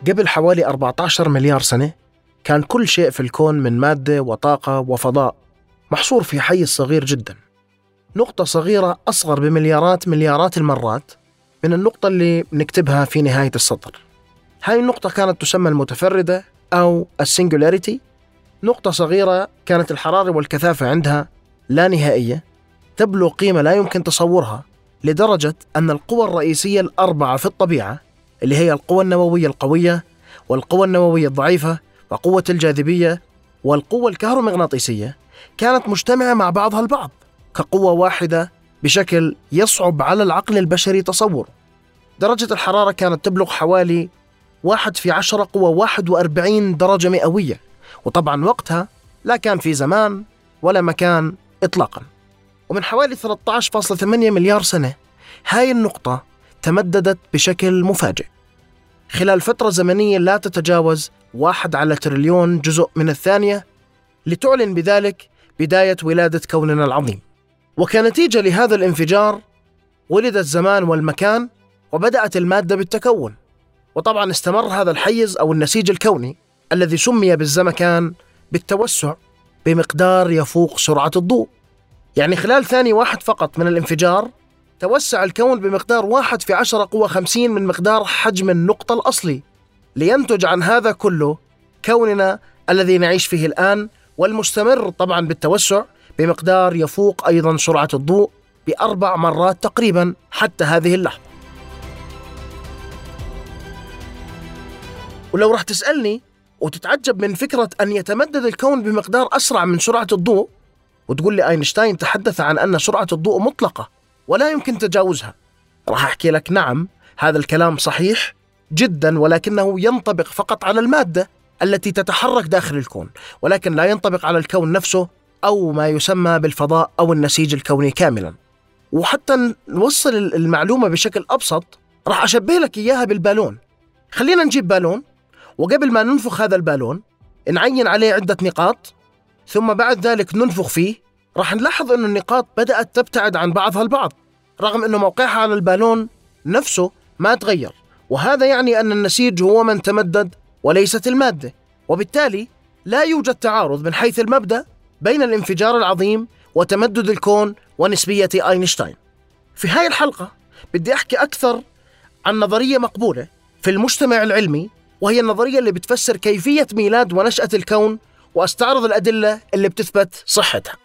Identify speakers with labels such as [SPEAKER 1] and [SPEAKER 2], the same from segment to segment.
[SPEAKER 1] قبل حوالي 14 مليار سنة كان كل شيء في الكون من مادة وطاقة وفضاء محصور في حيز صغير جدا، نقطة صغيرة أصغر بمليارات المرات من النقطة اللي نكتبها في نهاية السطر. هاي النقطة كانت تسمى المتفردة أو السنجولاريتي، نقطة صغيرة كانت الحرارة والكثافة عندها لا نهائية، تبلغ قيمة لا يمكن تصورها، لدرجة أن القوى الرئيسية الأربعة في الطبيعة اللي هي القوى النووية القوية والقوى النووية الضعيفة وقوة الجاذبية والقوة الكهرومغناطيسية كانت مجتمعة مع بعضها البعض كقوة واحدة بشكل يصعب على العقل البشري تصوره. درجة الحرارة كانت تبلغ حوالي 1 × 41 درجة مئوية، وطبعا وقتها لا كان في زمان ولا مكان إطلاقا. ومن حوالي 13.8 مليار سنة هاي النقطة تمددت بشكل مفاجئ خلال فترة زمنية لا تتجاوز 1/تريليون جزء من الثانية، لتعلن بذلك بداية ولادة كوننا العظيم. وكنتيجة لهذا الانفجار ولد الزمان والمكان وبدأت المادة بالتكون. وطبعا استمر هذا الحيز أو النسيج الكوني الذي سمي بالزمكان بالتوسع بمقدار يفوق سرعة الضوء. يعني خلال ثانية واحد فقط من الانفجار توسع الكون بمقدار 1/10⁻50 من مقدار حجم النقطة الأصلي، لينتج عن هذا كله كوننا الذي نعيش فيه الآن، والمستمر طبعا بالتوسع بمقدار يفوق أيضا سرعة الضوء ب4 مرات تقريبا حتى هذه اللحظة. ولو رح تسألني وتتعجب من فكرة أن يتمدد الكون بمقدار أسرع من سرعة الضوء، وتقول لي أينشتاين تحدث عن أن سرعة الضوء مطلقة ولا يمكن تجاوزها، راح أحكي لك نعم، هذا الكلام صحيح جدا، ولكنه ينطبق فقط على المادة التي تتحرك داخل الكون، ولكن لا ينطبق على الكون نفسه أو ما يسمى بالفضاء أو النسيج الكوني كاملا. وحتى نوصل المعلومة بشكل أبسط راح أشبه لك إياها بالبالون. خلينا نجيب بالون، وقبل ما ننفخ هذا البالون نعين عليه عدة نقاط، ثم بعد ذلك ننفخ فيه، راح نلاحظ أن النقاط بدأت تبتعد عن بعضها البعض رغم أنه موقعها على البالون نفسه ما تغير، وهذا يعني أن النسيج هو من تمدد وليست المادة، وبالتالي لا يوجد تعارض من حيث المبدأ بين الانفجار العظيم وتمدد الكون ونسبية أينشتاين. في هاي الحلقة بدي أحكي أكثر عن نظرية مقبولة في المجتمع العلمي، وهي النظرية اللي بتفسر كيفية ميلاد ونشأة الكون، وأستعرض الأدلة اللي بتثبت صحتها.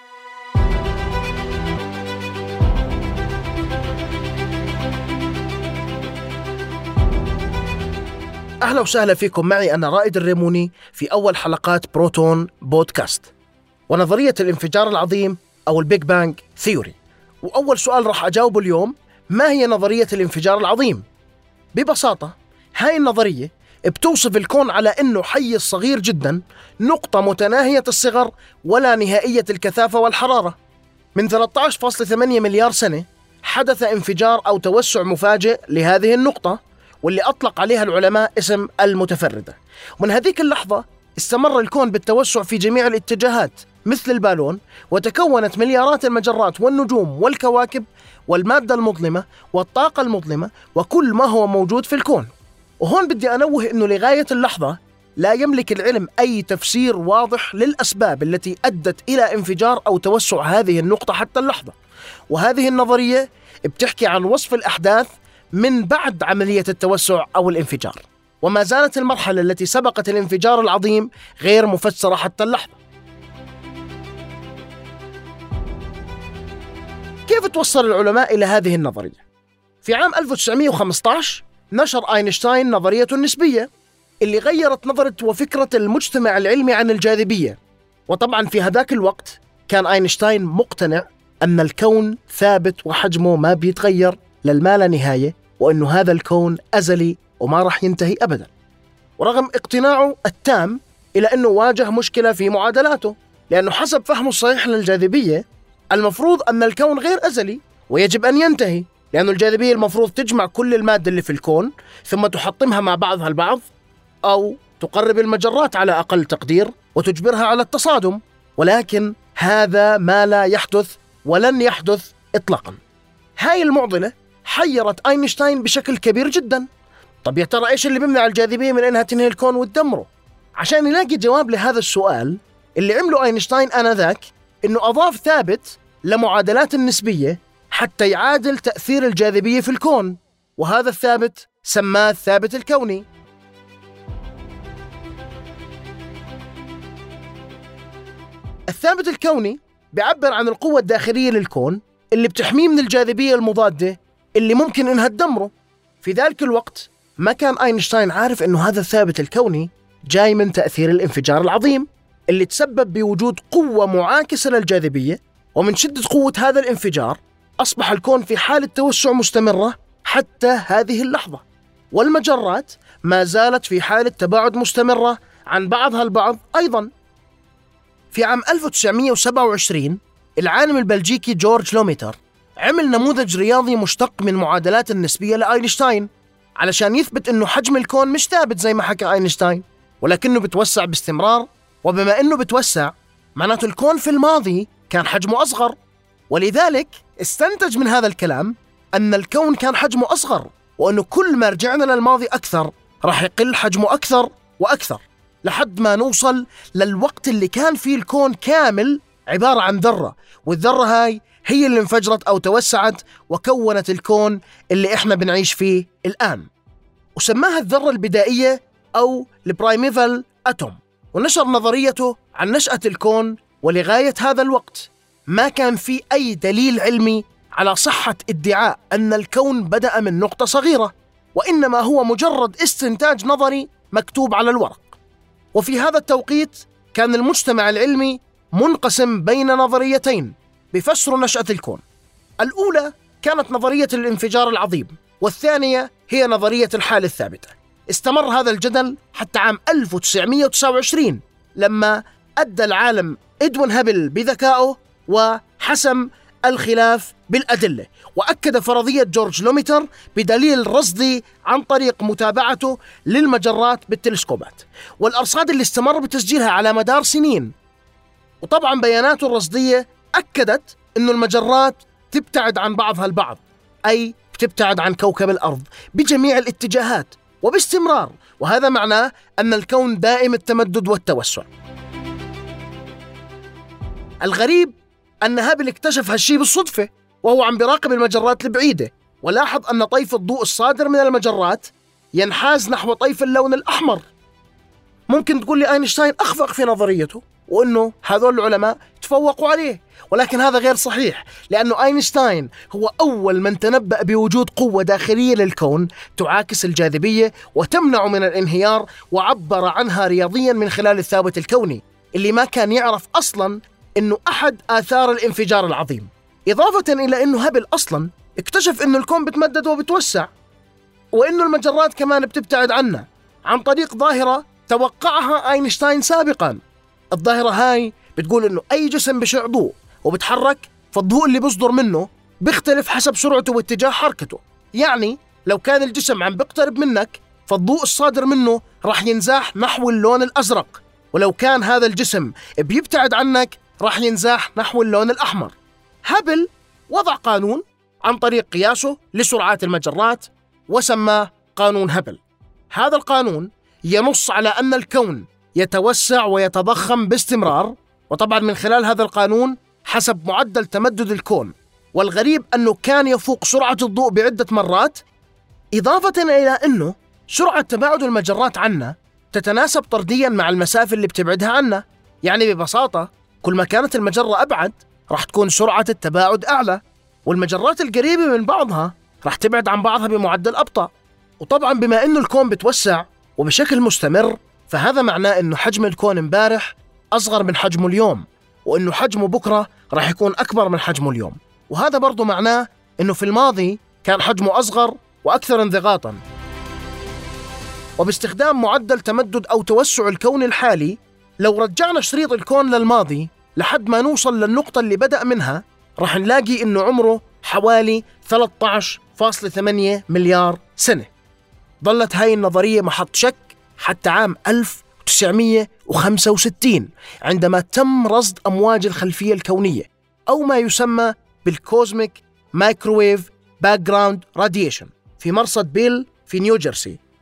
[SPEAKER 1] أهلا وسهلا فيكم، معي أنا رائد الريموني في أول حلقات بروتون بودكاست ونظرية الانفجار العظيم أو البيج بانج ثيوري. وأول سؤال راح أجاوبه اليوم، ما هي نظرية الانفجار العظيم؟ ببساطة هاي النظرية بتوصف الكون على أنه حيز صغير جدا، نقطة متناهية الصغر ولا نهائية الكثافة والحرارة. من 13.8 مليار سنة حدث انفجار أو توسع مفاجئ لهذه النقطة، واللي أطلق عليها العلماء اسم المتفردة. ومن هذيك اللحظة استمر الكون بالتوسع في جميع الاتجاهات مثل البالون، وتكونت مليارات المجرات والنجوم والكواكب والمادة المظلمة والطاقة المظلمة وكل ما هو موجود في الكون. وهون بدي أنوه أنه لغاية اللحظة لا يملك العلم أي تفسير واضح للأسباب التي أدت إلى انفجار أو توسع هذه النقطة حتى اللحظة، وهذه النظرية بتحكي عن وصف الأحداث من بعد عملية التوسع أو الانفجار، وما زالت المرحلة التي سبقت الانفجار العظيم غير مفسرة حتى اللحظة. كيف توصل العلماء إلى هذه النظرية؟ في عام 1915 نشر أينشتاين نظرية النسبية اللي غيرت نظرة وفكرة المجتمع العلمي عن الجاذبية. وطبعا في هذاك الوقت كان أينشتاين مقتنع أن الكون ثابت وحجمه ما بيتغير للما لا نهاية، وأنه هذا الكون أزلي وما راح ينتهي أبدا. ورغم اقتناعه التام إلى أنه واجه مشكلة في معادلاته، لأنه حسب فهمه الصحيح للجاذبية المفروض أن الكون غير أزلي ويجب أن ينتهي، لأن الجاذبية المفروض تجمع كل المادة اللي في الكون ثم تحطمها مع بعضها البعض، أو تقرب المجرات على أقل تقدير وتجبرها على التصادم. ولكن هذا ما لا يحدث ولن يحدث إطلاقا. هاي المعضلة حيرت أينشتاين بشكل كبير جدا. طب يا ترى إيش اللي بيمنع الجاذبية من إنها تنهي الكون وتدمره؟ عشان يلاقي جواب لهذا السؤال اللي عمله أينشتاين آنذاك إنه أضاف ثابت لمعادلات النسبية حتى يعادل تأثير الجاذبية في الكون، وهذا الثابت سماه الثابت الكوني. الثابت الكوني بيعبر عن القوة الداخلية للكون اللي بتحميه من الجاذبية المضادة اللي ممكن إنها تدمره. في ذلك الوقت ما كان أينشتاين عارف إنه هذا الثابت الكوني جاي من تأثير الانفجار العظيم اللي تسبب بوجود قوة معاكسة للجاذبية، ومن شدة قوة هذا الانفجار أصبح الكون في حالة توسع مستمرة حتى هذه اللحظة، والمجرات ما زالت في حالة تباعد مستمرة عن بعضها البعض أيضا. في عام 1927 العالم البلجيكي جورج لوميتر عمل نموذج رياضي مشتق من معادلات النسبية لأينشتاين علشان يثبت إنه حجم الكون مش ثابت زي ما حكى أينشتاين، ولكنه بتوسع باستمرار، وبما إنه بتوسع معناته الكون في الماضي كان حجمه أصغر، ولذلك استنتج من هذا الكلام أن الكون كان حجمه أصغر، وأنه كل ما رجعنا للماضي أكثر راح يقل حجمه أكثر وأكثر لحد ما نوصل للوقت اللي كان فيه الكون كامل عبارة عن ذرة، والذرة هاي هي اللي انفجرت أو توسعت وكونت الكون اللي إحنا بنعيش فيه الآن، وسماها الذرة البدائية أو البرايميفال أتوم، ونشر نظريته عن نشأة الكون. ولغاية هذا الوقت ما كان في أي دليل علمي على صحة ادعاء أن الكون بدأ من نقطة صغيرة، وإنما هو مجرد استنتاج نظري مكتوب على الورق. وفي هذا التوقيت كان المجتمع العلمي منقسم بين نظريتين بفسروا نشأة الكون. الأولى كانت نظرية الانفجار العظيم، والثانية هي نظرية الحالة الثابتة. استمر هذا الجدل حتى عام 1929 لما أدى العالم إدوين هابل بذكائه وحسم الخلاف بالأدلة، وأكد فرضية جورج لوميتر بدليل رصدي عن طريق متابعته للمجرات بالتلسكوبات والأرصاد اللي استمر بتسجيلها على مدار سنين. وطبعا بياناته الرصدية أكدت أن المجرات تبتعد عن بعضها البعض، أي بتبتعد عن كوكب الأرض بجميع الاتجاهات وباستمرار، وهذا معناه أن الكون دائم التمدد والتوسع. الغريب أن هابل اكتشف هالشي بالصدفة وهو عم بيراقب المجرات البعيدة، ولاحظ أن طيف الضوء الصادر من المجرات ينحاز نحو طيف اللون الأحمر. ممكن تقول لي أينشتاين أخفق في نظريته وأنه هذول العلماء تفوقوا عليه، ولكن هذا غير صحيح، لأنه أينشتاين هو أول من تنبأ بوجود قوة داخلية للكون تعاكس الجاذبية وتمنع من الانهيار، وعبر عنها رياضيا من خلال الثابت الكوني اللي ما كان يعرف أصلا أنه أحد آثار الانفجار العظيم. إضافة إلى أنه هابل أصلا اكتشف أنه الكون بتمدد وبتوسع، وأنه المجرات كمان بتبتعد عنا عن طريق ظاهرة توقعها أينشتاين سابقا. الظاهرة هاي بتقول أنه أي جسم بشع ضوء وبتحرك، فالضوء اللي بيصدر منه بيختلف حسب سرعته واتجاه حركته. يعني لو كان الجسم عم بيقترب منك فالضوء الصادر منه راح ينزاح نحو اللون الأزرق، ولو كان هذا الجسم بيبتعد عنك راح ينزاح نحو اللون الأحمر. هابل وضع قانون عن طريق قياسه لسرعات المجرات وسماه قانون هابل. هذا القانون ينص على أن الكون يتوسع ويتضخم باستمرار، وطبعا من خلال هذا القانون حسب معدل تمدد الكون، والغريب أنه كان يفوق سرعة الضوء بعدة مرات، إضافة إلى أنه سرعة تباعد المجرات عنا تتناسب طرديا مع المسافة اللي بتبعدها عنا. يعني ببساطة كل ما كانت المجرة أبعد راح تكون سرعة التباعد أعلى، والمجرات القريبة من بعضها راح تبعد عن بعضها بمعدل أبطأ. وطبعا بما أنه الكون بتوسع وبشكل مستمر، فهذا معناه أنه حجم الكون امبارح أصغر من حجمه اليوم، وأنه حجمه بكرة راح يكون أكبر من حجمه اليوم، وهذا برضو معناه أنه في الماضي كان حجمه أصغر وأكثر انضغاطا. وباستخدام معدل تمدد أو توسع الكون الحالي، لو رجعنا شريط الكون للماضي لحد ما نوصل للنقطة اللي بدأ منها، راح نلاقي أنه عمره حوالي 13.8 مليار سنة. ظلت هاي النظرية محط شك حتى عام 1965 عندما تم رصد أمواج الخلفية الكونية أو ما يسمى بالكوزميك مايكروويف باك جراوند راديشن في مرصد بيل في نيوجيرسي،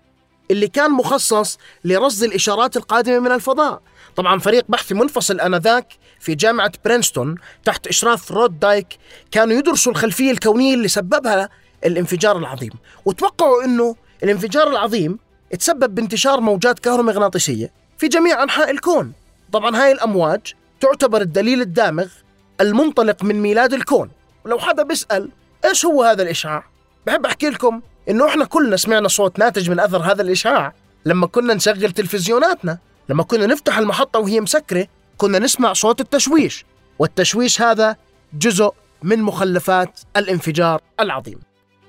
[SPEAKER 1] اللي كان مخصص لرصد الإشارات القادمة من الفضاء. طبعا فريق بحثي منفصل آنذاك في جامعة برينستون تحت إشراف رود دايك كانوا يدرسوا الخلفية الكونية اللي سببها الانفجار العظيم، وتوقعوا أنه الانفجار العظيم تسبب بانتشار موجات كهرومغناطيسية في جميع أنحاء الكون. طبعا هاي الأمواج تعتبر الدليل الدامغ المنطلق من ميلاد الكون. ولو حدا بيسأل إيش هو هذا الإشعاع، بحب أحكي لكم إنه إحنا كلنا سمعنا صوت ناتج من أثر هذا الإشعاع لما كنا نشغل تلفزيوناتنا. لما كنا نفتح المحطة وهي مسكرة كنا نسمع صوت التشويش، والتشويش هذا جزء من مخلفات الانفجار العظيم.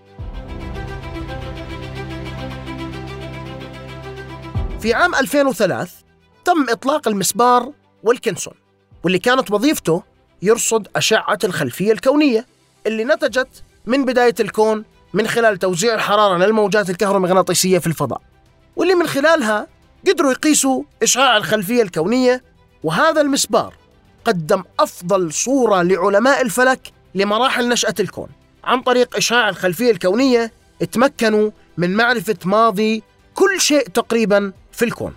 [SPEAKER 1] في عام 2003 تم إطلاق المسبار ويلكنسون، واللي كانت وظيفته يرصد أشعة الخلفية الكونية اللي نتجت من بداية الكون من خلال توزيع الحرارة للموجات الكهرومغناطيسية في الفضاء، واللي من خلالها قدروا يقيسوا إشعاع الخلفية الكونية. وهذا المسبار قدم أفضل صورة لعلماء الفلك لمراحل نشأة الكون. عن طريق إشعاع الخلفية الكونية اتمكنوا من معرفة ماضي كل شيء تقريبا في الكون.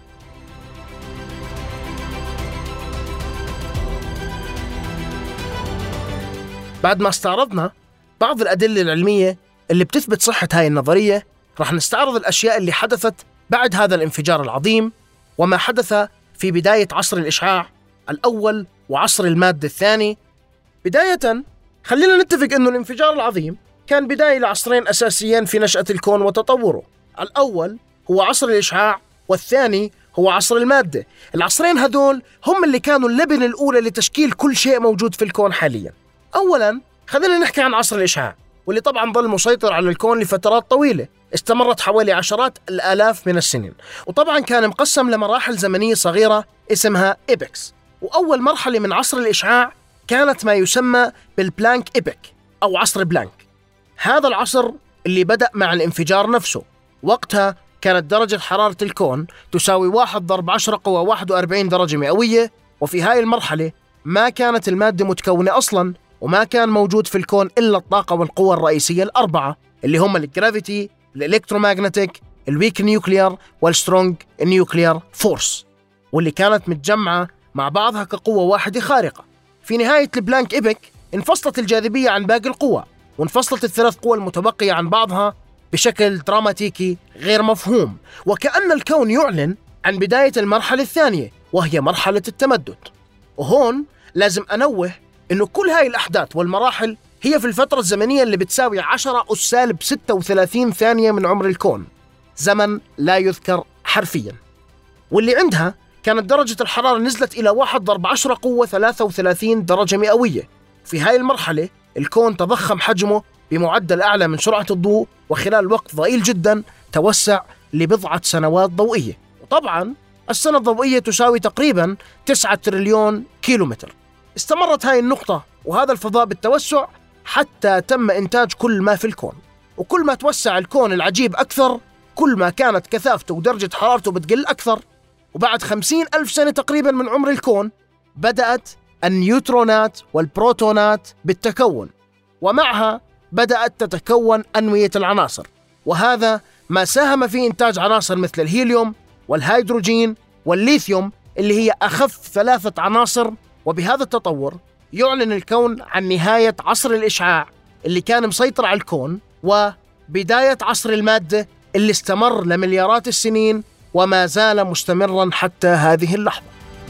[SPEAKER 1] بعد ما استعرضنا بعض الأدلة العلمية اللي بتثبت صحة هاي النظرية، رح نستعرض الأشياء اللي حدثت بعد هذا الانفجار العظيم وما حدث في بداية عصر الإشعاع الأول وعصر المادة الثاني. بداية خلينا نتفق أنه الانفجار العظيم كان بداية لعصرين أساسيين في نشأة الكون وتطوره. الأول هو عصر الإشعاع، والثاني هو عصر المادة. العصرين هذول هم اللي كانوا اللبنة الأولى لتشكيل كل شيء موجود في الكون حاليا. أولا خلينا نحكي عن عصر الإشعاع، واللي طبعا ظل مسيطر على الكون لفترات طويلة استمرت حوالي عشرات الآلاف من السنين، وطبعا كان مقسم لمراحل زمنية صغيرة اسمها إيبكس. وأول مرحلة من عصر الإشعاع كانت ما يسمى بالبلانك إيبك أو عصر بلانك. هذا العصر اللي بدأ مع الانفجار نفسه. وقتها كانت درجة حرارة الكون تساوي 1 ضرب 10 قوة 41 درجة مئوية، وفي هاي المرحلة ما كانت المادة متكونة أصلا، وما كان موجود في الكون إلا الطاقة والقوة الرئيسية الأربعة اللي هم الجرافيتي، الإلكترومagnetic، الويك نيوكليار، والسترونج نيوكليار فورس، واللي كانت متجمعة مع بعضها كقوة واحدة خارقة. في نهاية البلانك إيبك انفصلت الجاذبية عن باقي القوى، وانفصلت الثلاث قوى المتبقية عن بعضها بشكل دراماتيكي غير مفهوم، وكأن الكون يعلن عن بداية المرحلة الثانية وهي مرحلة التمدد. وهون لازم أنوه إنه كل هاي الأحداث والمراحل هي في الفترة الزمنية اللي بتساوي 10 أس سالب 36 ثانية من عمر الكون، زمن لا يذكر حرفيا. واللي عندها كانت درجة الحرارة نزلت إلى 1 ضرب 10 قوة 33 درجة مئوية. في هاي المرحلة الكون تضخم حجمه بمعدل أعلى من سرعة الضوء، وخلال وقت ضئيل جدا توسع لبضعة سنوات ضوئية. وطبعا السنة الضوئية تساوي تقريبا 9 تريليون كيلومتر. استمرت هاي النقطة وهذا الفضاء بالتوسع حتى تم إنتاج كل ما في الكون. وكل ما توسع الكون العجيب أكثر كل ما كانت كثافته ودرجة حرارته بتقل أكثر. وبعد 50,000 سنة تقريبا من عمر الكون بدأت النيوترونات والبروتونات بالتكون، ومعها بدأت تتكون أنوية العناصر، وهذا ما ساهم في إنتاج عناصر مثل الهيليوم والهيدروجين والليثيوم اللي هي أخف 3 عناصر. وبهذا التطور يعلن الكون عن نهاية عصر الإشعاع اللي كان مسيطر على الكون، وبداية عصر المادة اللي استمر لمليارات السنين وما زال مستمرا حتى هذه اللحظة.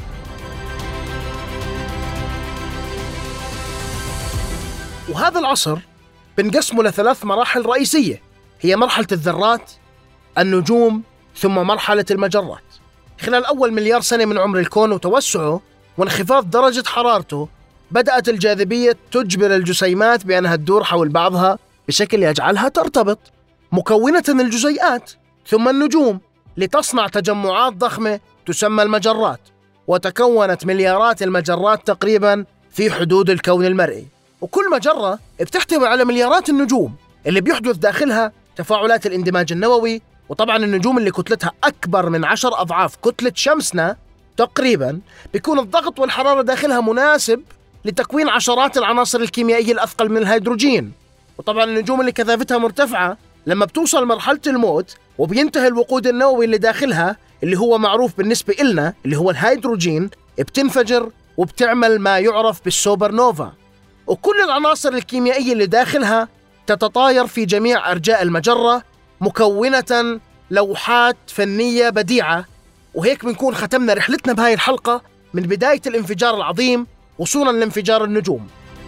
[SPEAKER 1] وهذا العصر بنقسمه ل3 مراحل رئيسية، هي مرحلة الذرات، النجوم، ثم مرحلة المجرات. خلال أول مليار سنة من عمر الكون وتوسعه وانخفاض درجة حرارته بدأت الجاذبية تجبر الجسيمات بأنها تدور حول بعضها بشكل يجعلها ترتبط، مكونة الجزيئات، ثم النجوم لتصنع تجمعات ضخمة تسمى المجرات. وتكونت مليارات المجرات تقريبا في حدود الكون المرئي، وكل مجرة بتحتوي على مليارات النجوم اللي بيحدث داخلها تفاعلات الاندماج النووي. وطبعا النجوم اللي كتلتها أكبر من 10 أضعاف كتلة شمسنا تقريبا بيكون الضغط والحرارة داخلها مناسب لتكوين عشرات العناصر الكيميائية الأثقل من الهيدروجين. وطبعا النجوم اللي كثافتها مرتفعة لما بتوصل مرحلة الموت وبينتهي الوقود النووي اللي داخلها اللي هو معروف بالنسبة إلنا اللي هو الهيدروجين، بتنفجر وبتعمل ما يعرف بالسوبر نوفا، وكل العناصر الكيميائية اللي داخلها تتطاير في جميع أرجاء المجرة مكونة لوحات فنية بديعة. وهيك بنكون ختمنا رحلتنا بهاي الحلقة من بداية الانفجار العظيم وصولا لانفجار النجوم.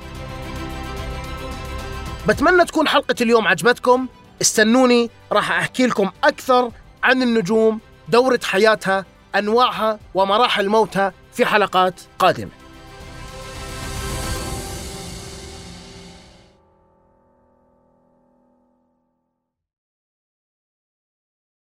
[SPEAKER 1] بتمنى تكون حلقة اليوم عجبتكم. استنوني راح أحكي لكم أكثر عن النجوم، دورة حياتها، أنواعها ومراحل موتها في حلقات قادمة.